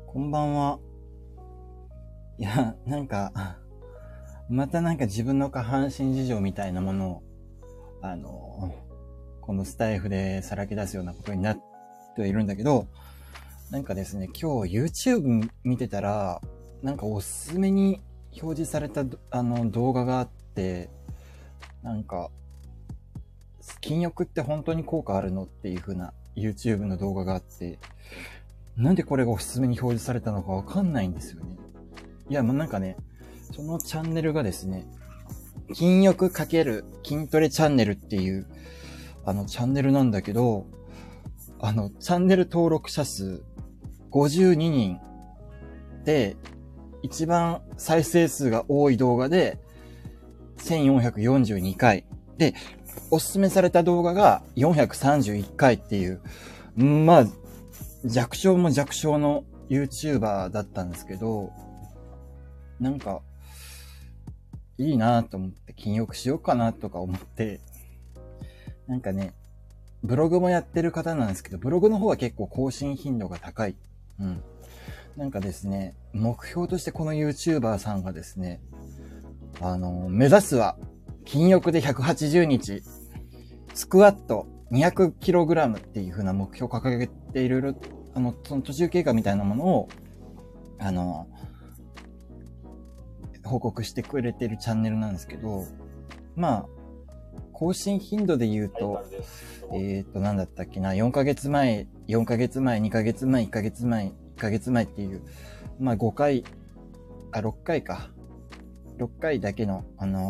こんばんは。いや、また自分の下半身事情みたいなものを、このスタイフでさらけ出すようなことになっているんだけど、ですね、今日 YouTube 見てたら、おすすめに表示された動画があって、禁欲って本当に効果あるのっていう風な YouTube の動画があって、なんでこれがおすすめに表示されたのかわかんないんですよね。いや、そのチャンネルがですね、禁欲×筋トレチャンネルっていう、チャンネルなんだけど、チャンネル登録者数52人で、一番再生数が多い動画で、1442回。で、おすすめされた動画が431回っていう、弱小も弱小の YouTuber だったんですけど、いいなと思って禁欲しようかなとか思って、ブログもやってる方なんですけど、ブログの方は結構更新頻度が高い。ですね、目標としてこの YouTuber さんがですね、目指すは禁欲で180日、スクワット 200kg っていう風な目標を掲げていろいろ、その途中経過みたいなものを、報告してくれてるチャンネルなんですけど、更新頻度で言うと、なんだったっけな、4ヶ月前、2ヶ月前、1ヶ月前、1ヶ月前っていう、6回か。6回だけの、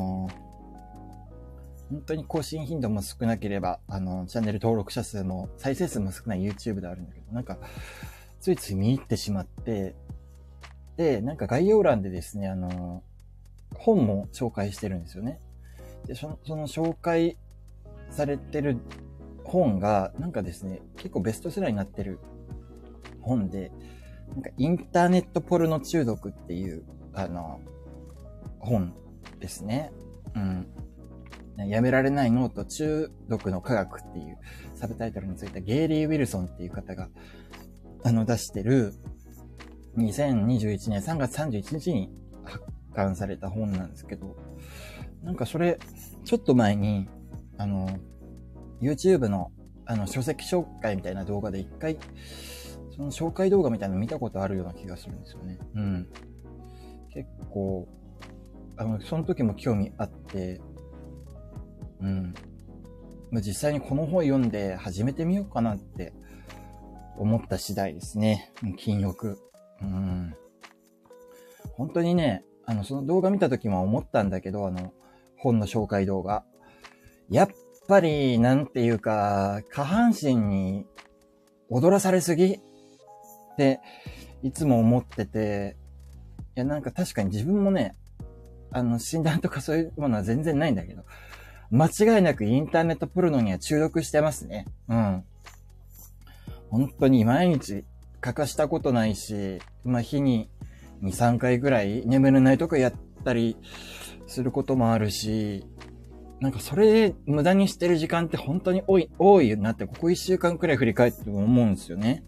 本当に更新頻度も少なければ、チャンネル登録者数も、再生数も少ない YouTube であるんだけど、ついつい見入ってしまって、で、概要欄でですね、本も紹介してるんですよね。で、その紹介されてる本が、ですね、結構ベストセラーになってる本で、インターネットポルノ中毒っていう、本ですね。やめられない脳と中毒の科学っていうサブタイトルについたゲイリー・ウィルソンっていう方が、出してる2021年3月31日に発刊された本なんですけど、それ、ちょっと前に、YouTube の、書籍紹介みたいな動画で一回、その紹介動画みたいなの見たことあるような気がするんですよね。結構、その時も興味あって、実際にこの本読んで始めてみようかなって思った次第ですね。禁欲。本当にね、その動画見た時も思ったんだけど、本の紹介動画。やっぱり、下半身に踊らされすぎっていつも思ってて、いや確かに自分もね、診断とかそういうものは全然ないんだけど、間違いなくインターネットポルノには中毒してますね。本当に毎日欠かしたことないし、日に2、3回ぐらい眠れないとかやったりすることもあるし、それで無駄にしてる時間って本当に多いなって、ここ1週間くらい振り返っても思うんですよね。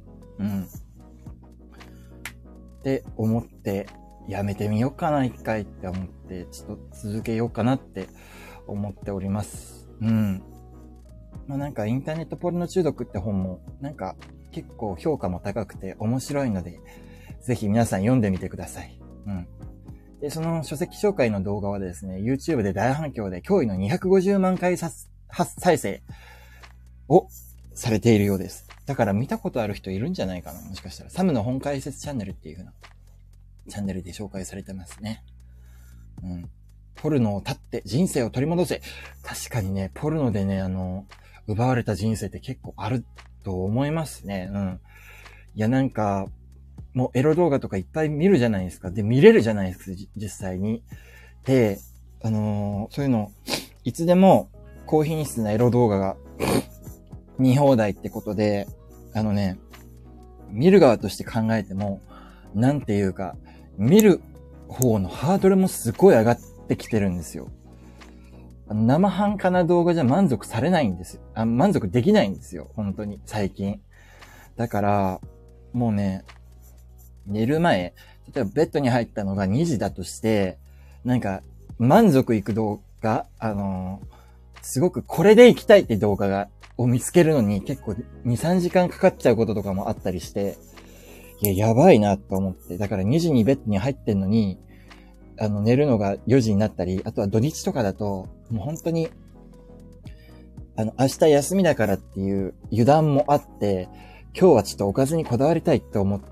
って思って、やめてみようかな、一回って思って、ちょっと続けようかなって思っております。インターネットポルノ中毒って本も、結構評価も高くて面白いので、ぜひ皆さん読んでみてください。で、その書籍紹介の動画はですね、YouTube で大反響で驚異の250万回再生をされているようです。だから見たことある人いるんじゃないかな、もしかしたら。サムの本解説チャンネルっていう風なチャンネルで紹介されてますね。ポルノを断って人生を取り戻せ。確かにね、ポルノでね、奪われた人生って結構あると思いますね。いやもうエロ動画とかいっぱい見るじゃないですか。で、見れるじゃないですか、実際に。で、そういうの、いつでも高品質なエロ動画が見放題ってことで、見る側として考えても、見る方のハードルもすごい上がってきてるんですよ。生半可な動画じゃ満足されないんですよ。満足できないんですよ。本当に、最近。だから、もうね、 寝る前、例えばベッドに入ったのが2時だとして、なんか満足いく動画、すごくこれで行きたいって動画を見つけるのに結構2、3時間かかっちゃうこととかもあったりして、いや、やばいなと思って。だから2時にベッドに入ってんのに、寝るのが4時になったり、あとは土日とかだと、もう本当に、明日休みだからっていう油断もあって、今日はちょっとおかずにこだわりたいって思って、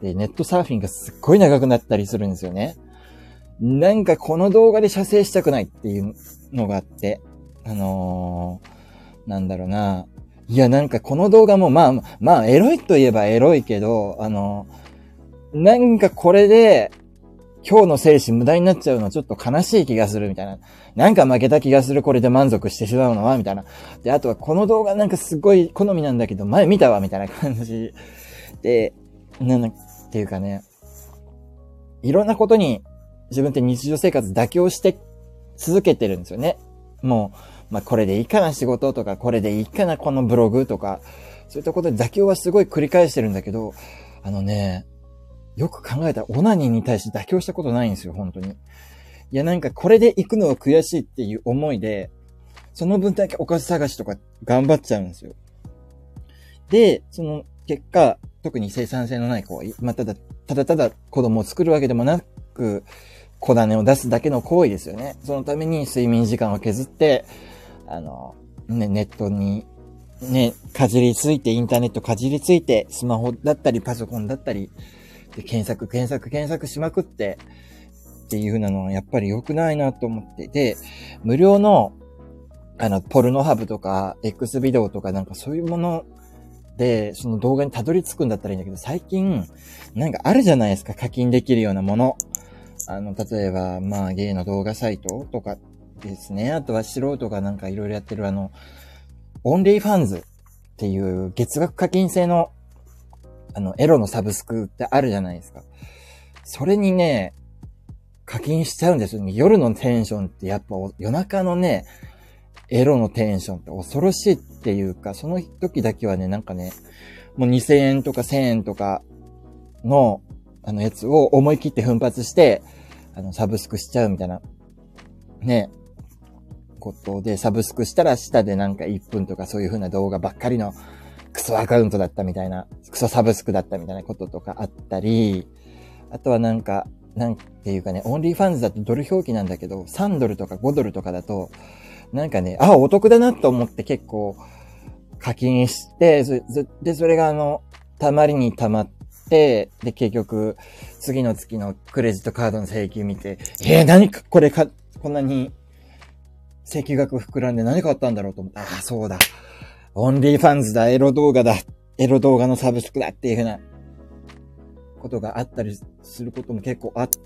ネットサーフィンがすっごい長くなったりするんですよね。なんかこの動画で射精したくないっていうのがあって、なんだろうな。いや、なんかこの動画もまあ、エロいといえばエロいけど、なんかこれで、今日の精子無駄になっちゃうのちょっと悲しい気がするみたいな。なんか負けた気がするこれで満足してしまうのはみたいな。で、あとはこの動画なんかすごい好みなんだけど前見たわみたいな感じで、なんていうかね、いろんなことに自分って日常生活妥協して続けてるんですよね。もう、まあ、これでいいかな仕事とか、これでいいかなこのブログとか、そういったことで妥協はすごい繰り返してるんだけど、よく考えたらオナニーに対して妥協したことないんですよ、本当に。いや、なんかこれで行くのは悔しいっていう思いで、その分だけおかず探しとか頑張っちゃうんですよ。で、その結果、特に生産性のない行為、まあ、ただ子供を作るわけでもなく、小種を出すだけの行為ですよね。そのために睡眠時間を削って、ネットに、かじりついて、インターネットかじりついて、スマホだったり、パソコンだったり、で検索しまくって、っていう風なのはやっぱり良くないなと思って。で、無料の、ポルノハブとか、X ビデオとかなんかそういうもので、その動画にたどり着くんだったらいいんだけど、最近、なんかあるじゃないですか、課金できるようなもの。例えば、まあ、ゲイの動画サイトとかですね。あとは素人がなんかいろいろやってるオンリーファンズっていう月額課金制の、エロのサブスクってあるじゃないですか。それにね、課金しちゃうんですよね。夜のテンションってやっぱ夜中のね、エロのテンションって恐ろしいっていうか、その時だけはね、なんかね、もう2000円とか1000円とかの、やつを思い切って奮発して、サブスクしちゃうみたいな、ね、ことで、サブスクしたら下でなんか1分とかそういう風な動画ばっかりのクソアカウントだったみたいな、クソサブスクだったみたいなこととかあったり、あとはなんていうかね、オンリーファンズだとドル表記なんだけど、3ドルとか5ドルとかだと、なんかね、お得だなと思って結構課金して、で、それがたまりにたまって、で、結局、次の月のクレジットカードの請求見て、何か、こんなに請求額膨らんで何買ったんだろうと思って、そうだ。オンリーファンズだ、エロ動画のサブスクだっていう風なことがあったりすることも結構あって、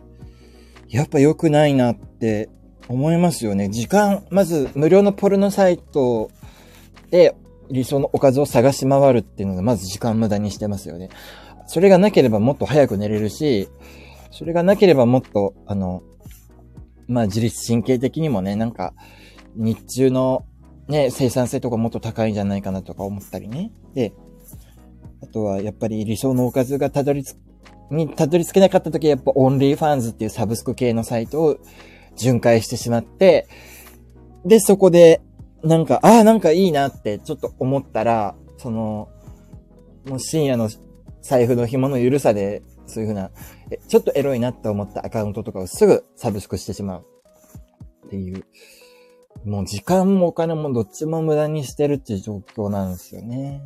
やっぱ良くないなって思いますよね。まず無料のポルノサイトで理想のおかずを探し回るっていうのがまず時間無駄にしてますよね。それがなければもっと早く寝れるし、それがなければもっと、まあ、自律神経的にもね、なんか、日中のね、生産性とかもっと高いんじゃないかなとか思ったりね。で、あとはやっぱり理想のおかずがたどり着けなかった時はやっぱオンリーファンズっていうサブスク系のサイトを巡回してしまって、で、そこで、なんかいいなってちょっと思ったら、もう深夜の財布の紐の緩さで、そういう風な、ちょっとエロいなって思ったアカウントとかをすぐサブスクしてしまう。っていう。もう時間もお金もどっちも無駄にしてるっていう状況なんですよね。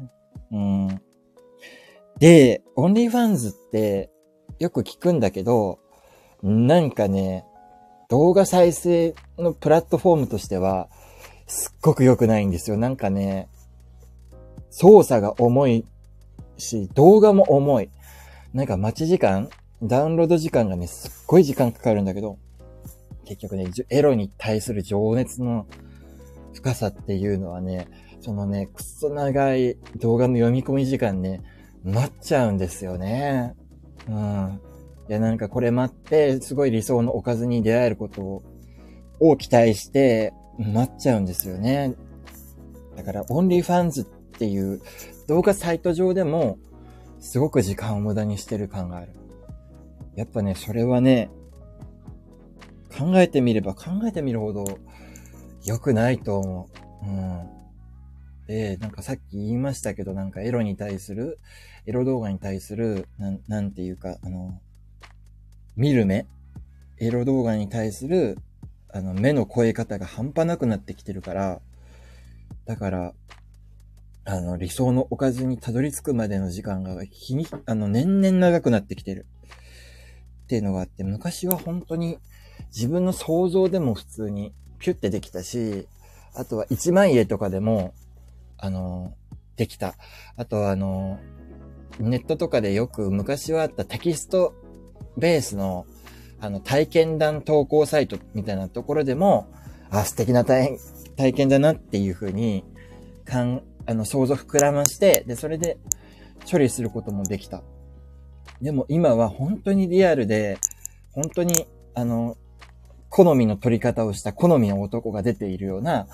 で、オンリーファンズってよく聞くんだけど、なんかね、動画再生のプラットフォームとしては、すっごく良くないんですよ。なんかね、操作が重いし、動画も重い。なんか待ち時間、ダウンロード時間がね、すっごい時間かかるんだけど、結局ね、エロに対する情熱の深さっていうのはね、くっそ長い動画の読み込み時間ね、待っちゃうんですよね。いや、なんかこれ待って、すごい理想のおかずに出会えることを期待して、待っちゃうんですよね。だから、オンリーファンズっていう動画サイト上でも、 すごく時間を無駄にしてる感がある。やっぱね、それはね、考えてみれば考えてみるほど良くないと思う。うん。で、なんかさっき言いましたけど、なんかエロ動画に対する、なんていうか、見る目エロ動画に対する、目の超え方が半端なくなってきてるから、だから、理想のおかずにたどり着くまでの時間が年々長くなってきてる。っていうのがあって、昔は本当に自分の想像でも普通にピュッてできたし、あとは一枚絵とかでも、できた。あとはネットとかでよく昔はあったテキストベースの、体験談投稿サイトみたいなところでも、素敵な体験だなっていう風に、想像膨らまして、で、それで処理することもできた。でも今は本当にリアルで、本当に、好みの撮り方をした好みの男が出ているような、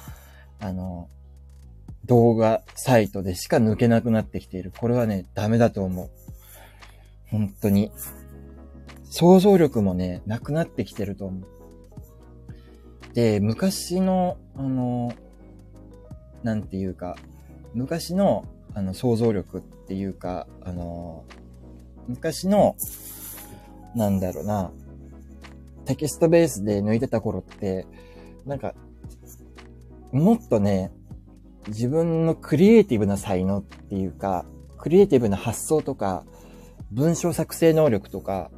動画サイトでしか抜けなくなってきている。これはね、ダメだと思う。本当に。想像力もね、なくなってきてると思う。で、昔の、なんていうか、昔の、想像力っていうか、昔の、なんだろうな、テキストベースで抜いてた頃って、なんか、もっとね、自分のクリエイティブな才能っていうか、クリエイティブな発想とか、文章作成能力とか、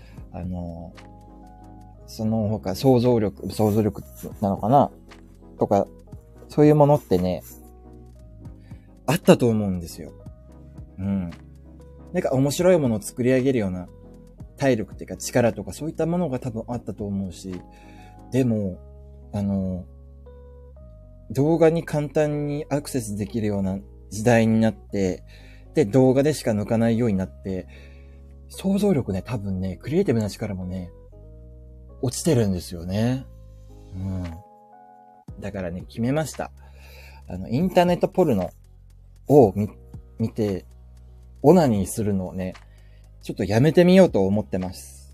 その他想像力なのかなとか、そういうものってね、あったと思うんですよ。うん。なんか面白いものを作り上げるような体力っていうか力とかそういったものが多分あったと思うし、でも、動画に簡単にアクセスできるような時代になって、で、動画でしか抜かないようになって、想像力ね、多分ね、クリエイティブな力もね、落ちてるんですよね。うん。だからね、決めました。インターネットポルノを見て、オナニーするのをね、ちょっとやめてみようと思ってます。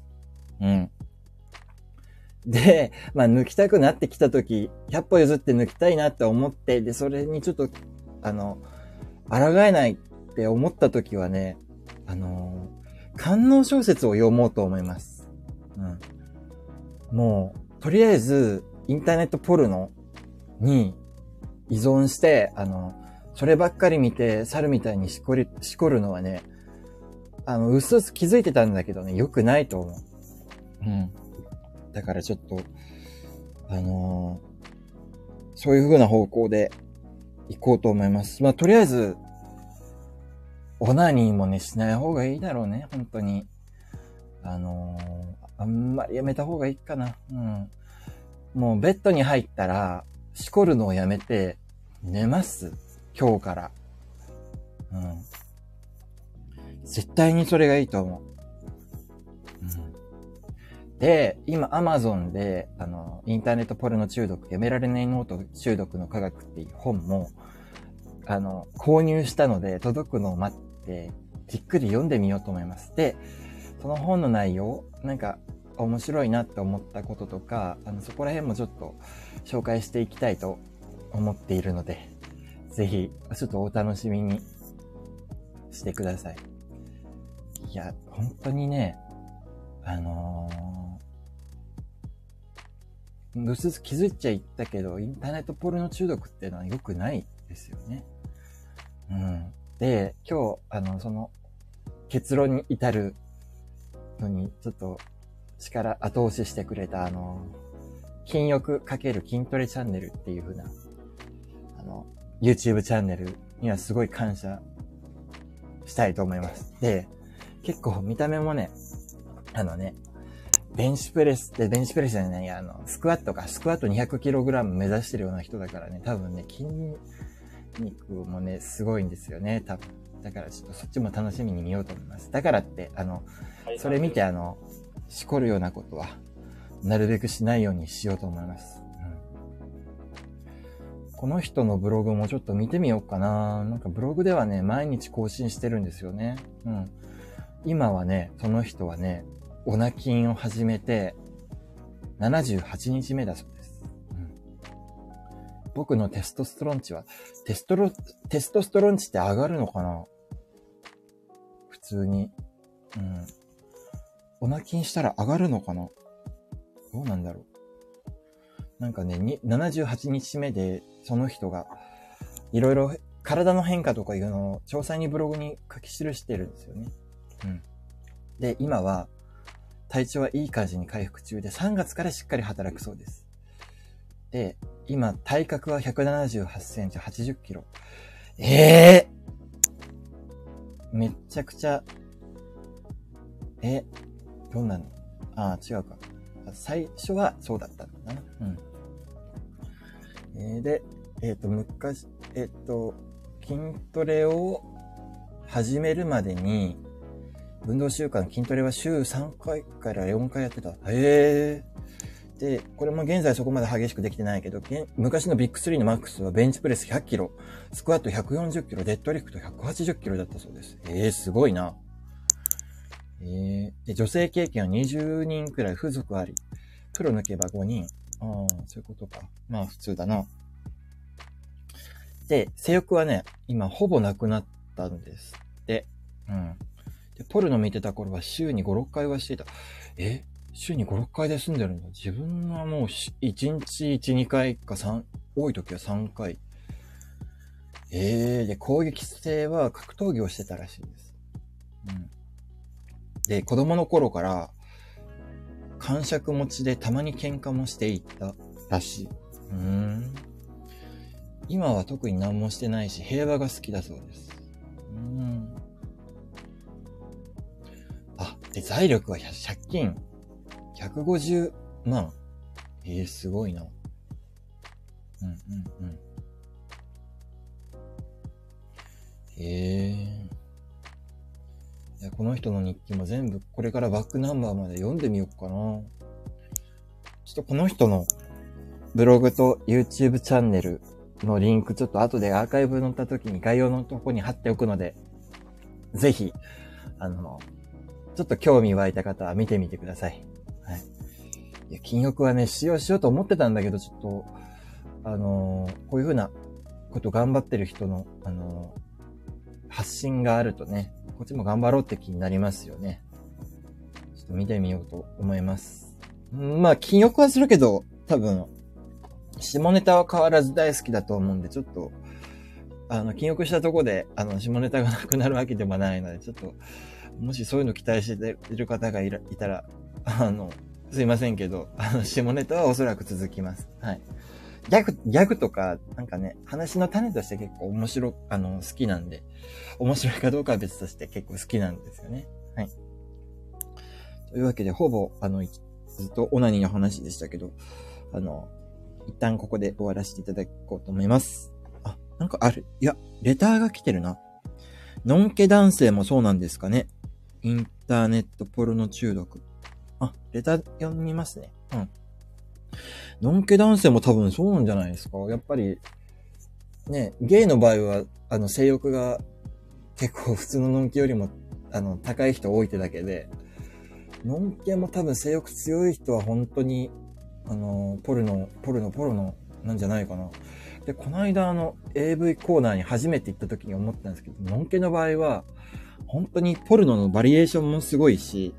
うん。で、まあ抜きたくなってきたとき、100歩譲って抜きたいなって思って、で、それにちょっと、抗えないって思ったときはね、官能小説を読もうと思います。うん。もう、とりあえず、インターネットポルノに依存して、そればっかり見て、猿みたいにしこるのはね、うすうす気づいてたんだけどね、良くないと思う。うん。だからちょっと、そういう風な方向で行こうと思います。まあ、とりあえず、オナニーもね、しない方がいいだろうね、本当に。あんまりやめた方がいいかな。うん。もうベッドに入ったら、しこるのをやめて、寝ます。今日から。うん。絶対にそれがいいと思う。うん。で、今 Amazon で、インターネットポルノ中毒、やめられないノート中毒の科学っていう本も、購入したので、届くのを待って、じっくり読んでみようと思います。で、その本の内容、なんか、面白いなって思ったこととか、そこら辺もちょっと紹介していきたいと思っているので、ぜひ、ちょっとお楽しみにしてください。いや、本当にね、うすうす気づいちゃいったけど、インターネットポルノ中毒っていうのは良くないですよね。うん。で、今日、その結論に至るのに、ちょっと後押ししてくれた、筋欲×筋トレチャンネルっていう風な、YouTube チャンネルにはすごい感謝したいと思います。で、結構見た目もね、ベンチプレスじゃないや、スクワット 200kg 目指してるような人だからね、多分ね、筋肉もね、すごいんですよね、多分。だからちょっとそっちも楽しみに見ようと思います。だからって、それ見てしこるようなことは、なるべくしないようにしようと思います。うん、 この人のブログもちょっと見てみようかな。なんかブログではね、毎日更新してるんですよね。うん。今はね、その人はね、オナキンを始めて、78日目だそうです。うん、僕のテストステロン値は、テストステロン値って上がるのかな？普通に。うん。オナキンしたら上がるのかな？どうなんだろう。なんかね、78日目で、その人が、いろいろ体の変化とかいうのを詳細にブログに書き記してるんですよね。うん。で、今は、体調はいい感じに回復中で、3月からしっかり働くそうです。で、今、体格は178センチ、80キロ。めっちゃくちゃ、どんなの？違うか。最初はそうだったんだな。うん。で、昔、筋トレを始めるまでに、運動習慣、筋トレは週3回から4回やってた。で、これも現在そこまで激しくできてないけど、昔のビッグ3のマックスはベンチプレス100キロ、スクワット140キロ、デッドリフト180キロだったそうです。すごいな。で、女性経験は20人くらい風俗あり、プロ抜けば5人。そういうことか。まあ普通だな。で、性欲はね、今ほぼなくなったんですって。うん。で、ポルノ見てた頃は週に5、6回はしていた。週に5、6回で済んでるんだ。自分はもう1日1、2回か3、多い時は3回。で、攻撃性は格闘技をしてたらしいです。うん。で、子供の頃から、癇癪持ちでたまに喧嘩もしていったらしい。今は特に何もしてないし、平和が好きだそうです。で、財力は借金150万。すごいな。いや、この人の日記も全部これからバックナンバーまで読んでみようかな。ちょっとこの人のブログと YouTube チャンネルのリンクちょっと後でアーカイブ載った時に概要のとこに貼っておくので、ぜひ、ちょっと興味湧いた方は見てみてください。はい。いや、禁欲はね、しようと思ってたんだけど、ちょっと、こういう風なこと頑張ってる人の、発信があるとね、こっちも頑張ろうって気になりますよね。ちょっと見てみようと思います。まあ、禁欲はするけど、多分、下ネタは変わらず大好きだと思うんで、ちょっと、禁欲したとこで、下ネタがなくなるわけでもないので、ちょっと、もしそういうの期待している方がいたら、すいませんけど、下ネタはおそらく続きます。はい。ギャグとか、なんかね、話の種として結構好きなんで、面白いかどうかは別として結構好きなんですよね。はい。というわけで、ほぼ、ずっとオナニーの話でしたけど、一旦ここで終わらせていただこうと思います。なんかある。いや、レターが来てるな。のんけ男性もそうなんですかね。インターネットポルノ中毒。レター読みますね。のんけ男性も多分そうなんじゃないですか。やっぱり、ね、ゲイの場合は、性欲が結構普通ののんけよりも、高い人多いってだけで、のんけも多分性欲強い人は本当に、ポルノなんじゃないかな。で、この間AV コーナーに初めて行った時に思ったんですけど、のんけの場合は、本当にポルノのバリエーションもすごいし、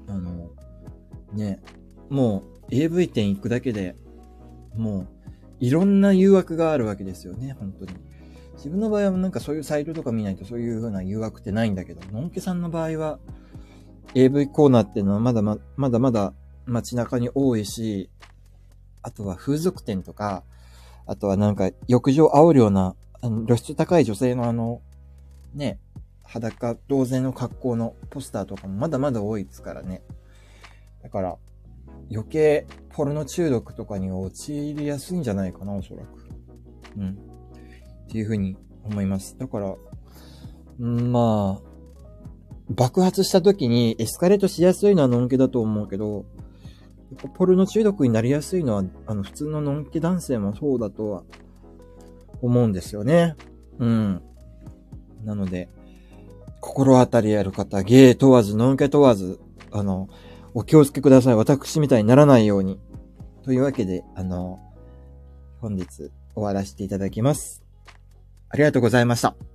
もう AV 店行くだけで、もういろんな誘惑があるわけですよね、本当に。自分の場合はなんかそういうサイトとか見ないとそういう風な誘惑ってないんだけど、のんけさんの場合は AV コーナーっていうのはまだまだ街中に多いし、あとは風俗店とか、あとはなんか浴場煽るような、露出高い女性の裸同然の格好のポスターとかもまだまだ多いですからね。だから余計ポルノ中毒とかに陥りやすいんじゃないかな、おそらく。っていうふうに思います。だから、まあ、爆発した時にエスカレートしやすいのはのんけだと思うけど、ポルノ中毒になりやすいのは、普通ののんけ男性もそうだとは思うんですよね。うん。なので、心当たりある方、ゲイ問わず、ノンケ問わず、お気をつけください。私みたいにならないように。というわけで、本日終わらせていただきます。ありがとうございました。